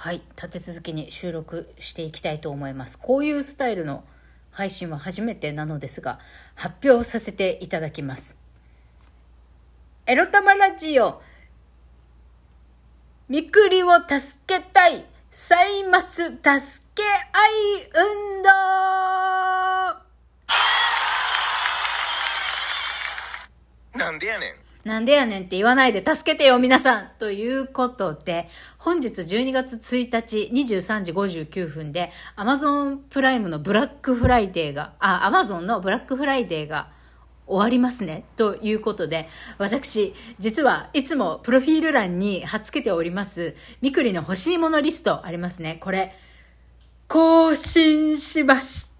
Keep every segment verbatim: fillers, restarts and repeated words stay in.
はい、立て続けに収録していきたいと思います。こういうスタイルの配信は初めてなのですが、発表させていただきます。エロ玉ラジオ、みくりを助けたい歳末助け合い運動。 なんでやねんなんでやねんって言わないで助けてよ皆さんということで、本日じゅうにがつついたちにじゅうさんじごじゅうきゅうふんで Amazon プライムのブラックフライデーがあ Amazon のブラックフライデーが終わりますねということで、私実はいつもプロフィール欄に貼っ付けておりますみくりの欲しいものリストありますね。これ更新しました。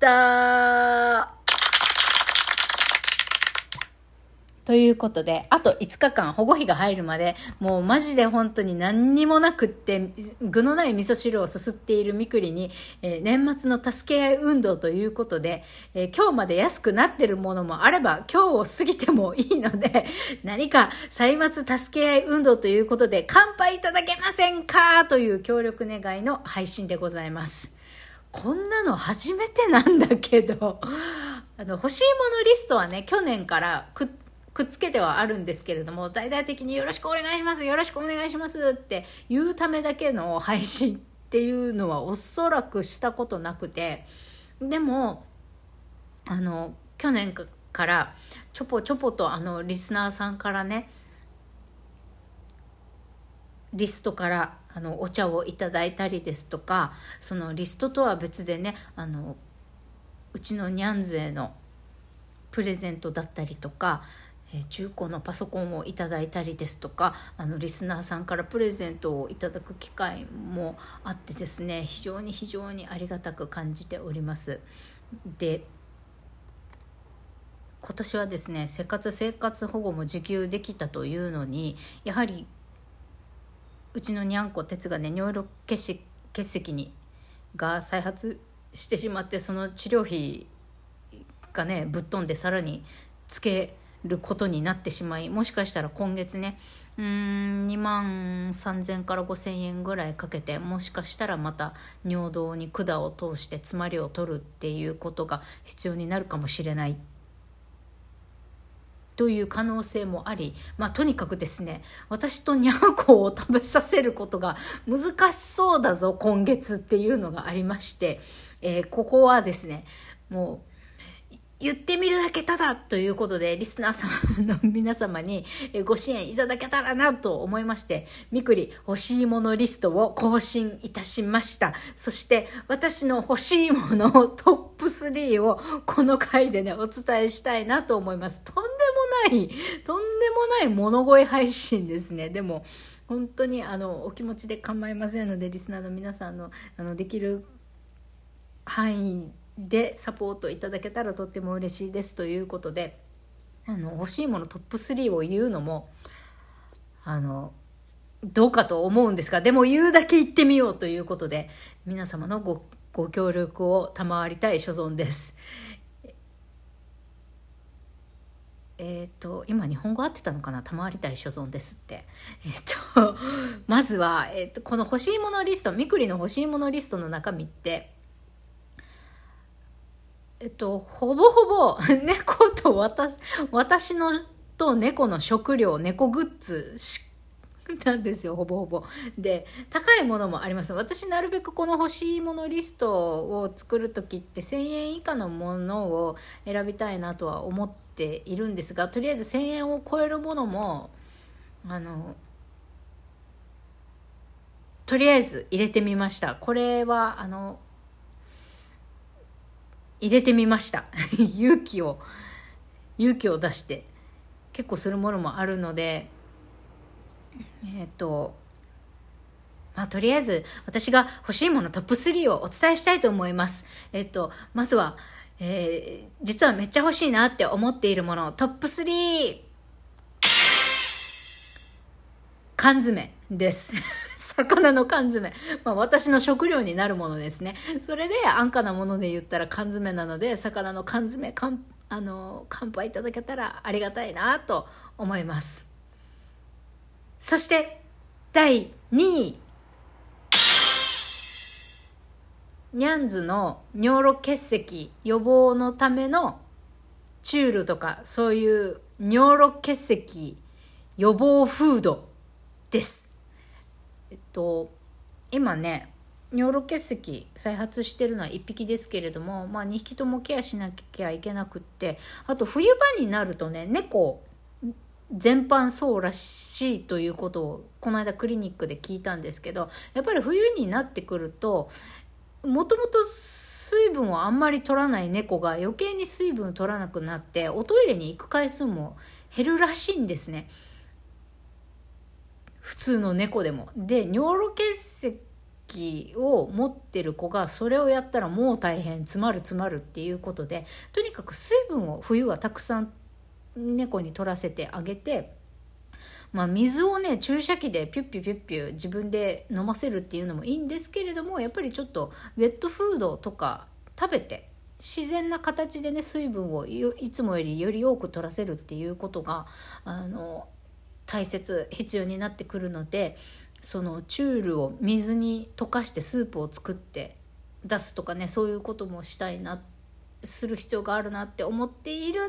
ということで、あといつかかん保護費が入るまで、もうマジで本当に何にもなくって、具のない味噌汁をすすっているみくりに、えー、年末の助け合い運動ということで、えー、今日まで安くなってるものもあれば、今日を過ぎてもいいので、何か歳末助け合い運動ということで、乾杯いただけませんかという協力願いの配信でございます。こんなの初めてなんだけど、あの、欲しいものリストはね、去年からくっくっつけてはあるんですけれども、大々的によろしくお願いしますよろしくお願いしますって言うためだけの配信っていうのはおそらくしたことなくて、でもあの去年からちょぽちょぽとあのリスナーさんからね、リストからあのお茶をいただいたりですとか、そのリストとは別でね、あのうちのニャンズへのプレゼントだったりとか、中古のパソコンをいただいたりですとか、あのリスナーさんからプレゼントをいただく機会もあってですね、非常に非常にありがたく感じております。で、今年はですね、生活生活保護も受給できたというのに、やはりうちのにゃんこ鉄がね、尿路結石にが再発してしまって、その治療費がねぶっ飛んでさらにつけることになってしまい、もしかしたら今月ねうーんにまんさんぜんからごせんえんぐらいかけて、もしかしたらまた尿道に管を通して詰まりを取るっていうことが必要になるかもしれないという可能性もあり、まあとにかくですね、私とにゃんこを食べさせることが難しそうだぞ今月っていうのがありまして、えー、ここはですね、もう言ってみるだけただということで、リスナー様の皆様にご支援いただけたらなと思いまして、みくり欲しいものリストを更新いたしました。そして私の欲しいものトップスリーをこの回でねお伝えしたいなと思います。とんでもないとんでもない物声配信ですね。でも本当にあのお気持ちで構いませんので、リスナーの皆さんのあのできる範囲でサポートいただけたらとっても嬉しいですということで、あの欲しいものトップスリーを言うのもあのどうかと思うんですが、でも言うだけ言ってみようということで、皆様の ご, ご協力を賜りたい所存です。えっ、ー、と今日本語合ってたのかな、賜りたい所存ですって。えっ、ー、とまずは、えー、とこの欲しいものリスト、みくりの欲しいものリストの中身って、えっと、ほぼほぼ猫と私、私のと猫の食料、猫グッズなんですよ、ほぼほぼ。で、高いものもあります。私なるべくこの欲しいものリストを作るときってせんえん以下のものを選びたいなとは思っているんですが、とりあえずせんえんを超えるものも、あの、とりあえず入れてみました。これは、あの、入れてみました勇気を勇気を出して結構するものもあるので、えっとまあとりあえず私が欲しいものトップスリーをお伝えしたいと思います。えっとまずは、えー、実はめっちゃ欲しいなって思っているものトップスリー、缶詰です魚の缶詰、まあ、私の食料になるものですね。それで安価なもので言ったら缶詰なので、魚の缶詰かんあの乾杯いただけたらありがたいなと思います。そしてだいにい、 ニャンズの尿路結石予防のためのチュールとか、そういう尿路結石予防フードです。えっと今ね、尿路結石再発してるのはいっぴきですけれども、まあ、にひきともケアしなきゃいけなくって、あと冬場になるとね、猫全般そうらしいということをこの間クリニックで聞いたんですけど、やっぱり冬になってくると、もともと水分をあんまり取らない猫が余計に水分取らなくなって、おトイレに行く回数も減るらしいんですね、普通の猫でも。で、尿路結石を持ってる子がそれをやったらもう大変、詰まる詰まるっていうことで、とにかく水分を冬はたくさん猫に取らせてあげて、まあ、水をね注射器でピュッピュピュッピュ自分で飲ませるっていうのもいいんですけれども、やっぱりちょっとウェットフードとか食べて自然な形でね水分をいつもよりより多く取らせるっていうことがあの大切必要になってくるので、そのチュールを水に溶かしてスープを作って出すとかね、そういうこともしたいなする必要があるなって思っているの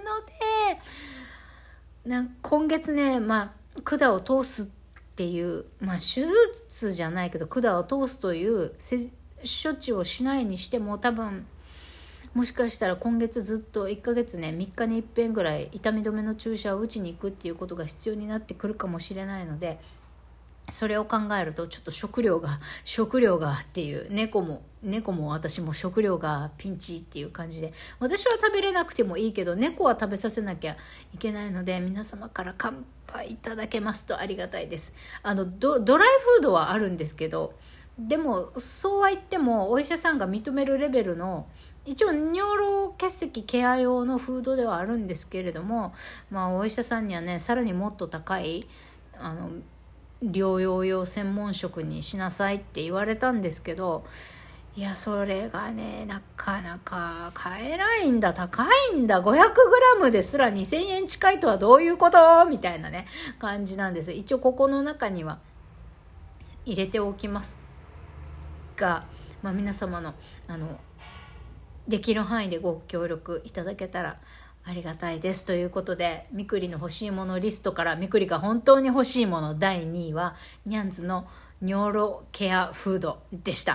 で、な今月ね、まあ管を通すっていう、まあ、手術じゃないけど管を通すという処置をしないにしても、多分もしかしたら今月ずっといっかげつねみっかにいっぺんぐらい痛み止めの注射を打ちに行くっていうことが必要になってくるかもしれないので、それを考えるとちょっと食料が食料がっていう、猫も猫も私も食料がピンチっていう感じで、私は食べれなくてもいいけど猫は食べさせなきゃいけないので、皆様から乾杯いただけますとありがたいです。あの ド, ドライフードはあるんですけど、でもそうは言ってもお医者さんが認めるレベルの、一応尿路結石ケア用のフードではあるんですけれども、まあお医者さんにはねさらにもっと高いあの療養用専門食にしなさいって言われたんですけど、いやそれがねなかなか買えないんだ、高いんだ、 ごひゃくグラム ですらにせんえん近いとはどういうことみたいなね感じなんです。一応ここの中には入れておきますが、まあ、皆様のあのできる範囲でご協力いただけたらありがたいですということで、みくりの欲しいものリストからみくりが本当に欲しいものだいにいはニャンズの尿路ケアフードでした。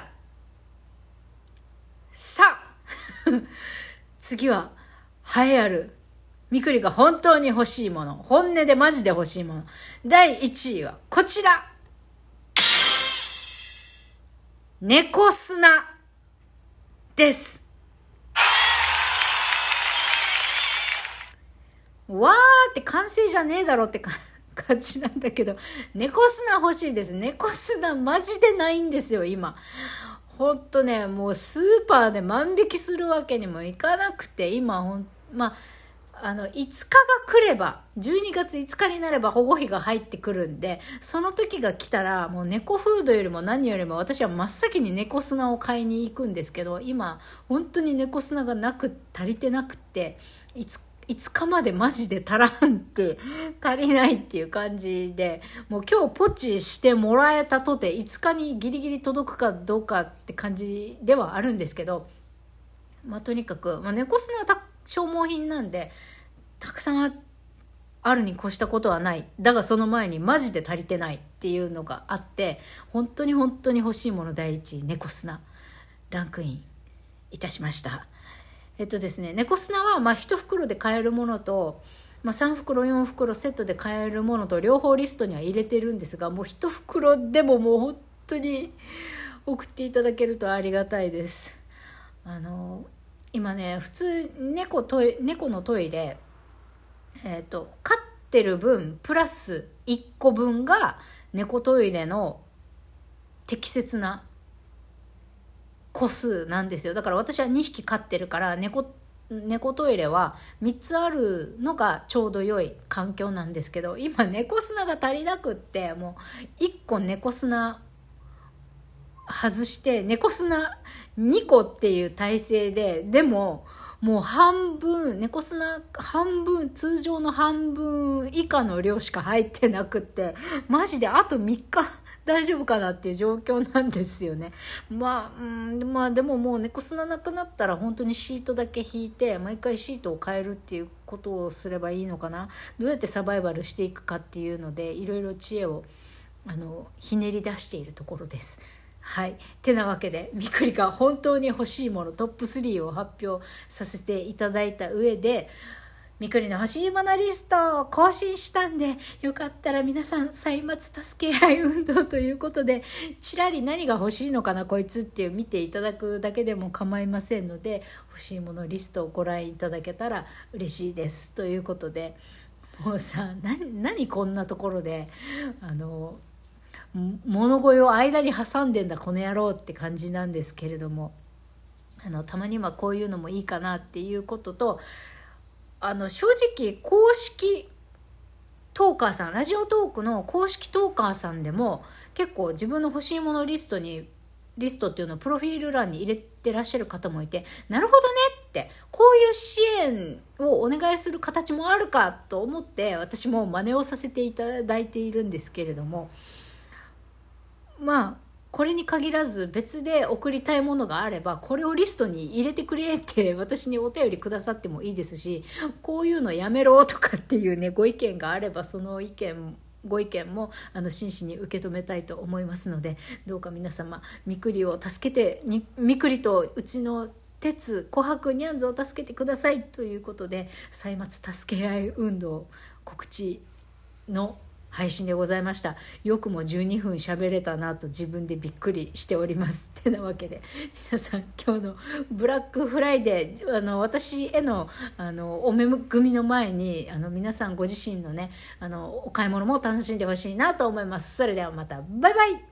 さあ次は栄えあるみくりが本当に欲しいもの、本音でマジで欲しいものだいいちいはこちら、猫砂です。わーって完成じゃねえだろって感じなんだけど、猫砂欲しいです。猫砂マジでないんですよ今。ほんとね、もうスーパーで万引きするわけにもいかなくて、今ほんまああのいつかが来れば、じゅうにがついつかになれば保護費が入ってくるんで、その時が来たらもう猫フードよりも何よりも私は真っ先に猫砂を買いに行くんですけど、今本当に猫砂がなく足りてなくて、いついつかまでマジで足らんって足りないっていう感じで、もう今日ポチしてもらえたとていつかにギリギリ届くかどうかって感じではあるんですけど、まあとにかく、まあ、猫砂は消耗品なんでたくさんあるに越したことはない。だがその前にマジで足りてないっていうのがあって、本当に本当に欲しいものだいいちい、猫砂ランクインいたしました。えっとですね、猫砂はまあいち袋で買えるものと、まあ、さん袋よん袋セットで買えるものと両方リストには入れてるんですが、もういち袋でももう本当に送っていただけるとありがたいです。あの今ね、普通 猫, トイ猫のトイレ、えっと飼ってる分プラスいっこぶんが猫トイレの適切な個数なんですよ。だから私はにひき飼ってるから、猫猫トイレはみっつあるのがちょうど良い環境なんですけど、今猫砂が足りなくって、もういっこ猫砂外して猫砂にこっていう体勢で、でももう半分、猫砂半分、通常の半分以下の量しか入ってなくって、マジであとみっか大丈夫かなっていう状況なんですよね。まあ、うん、まあでももう猫砂なくなったら本当にシートだけ引いて毎回シートを変えるっていうことをすればいいのかな。どうやってサバイバルしていくかっていうのでいろいろ知恵をあのひねり出しているところです。はい。てなわけで、みくりが本当に欲しいものトップスリーを発表させていただいた上で、みくりの欲しいものリストを更新したんで、よかったら皆さん、歳末助け合い運動ということで、ちらり何が欲しいのかなこいつっていう見ていただくだけでも構いませんので、欲しいものリストをご覧いただけたら嬉しいです。ということで、もうさ、な、何こんなところで、あの、物乞いを間に挟んでんだこの野郎って感じなんですけれども、あのたまにはこういうのもいいかなっていうことと、あの正直公式トーカーさん、ラジオトークの公式トーカーさんでも結構自分の欲しいものリストにリストっていうのをプロフィール欄に入れてらっしゃる方もいて、なるほどねって、こういう支援をお願いする形もあるかと思って私も真似をさせていただいているんですけれども、まあこれに限らず別で送りたいものがあればこれをリストに入れてくれって私にお便りくださってもいいですし、こういうのやめろとかっていうねご意見があればその意見ご意見もあの真摯に受け止めたいと思いますので、どうか皆様みくりを助けてにみくりとうちの鉄琥珀ニャンズを助けてくださいということで、歳末助け合い運動告知の配信でございました。よくもじゅうにふん喋れたなと自分でびっくりしております。てなわけで皆さん今日のブラックフライデー、あの私へのあのお恵みの前にあの皆さんご自身のねあのお買い物も楽しんでほしいなと思います。それではまたバイバイ。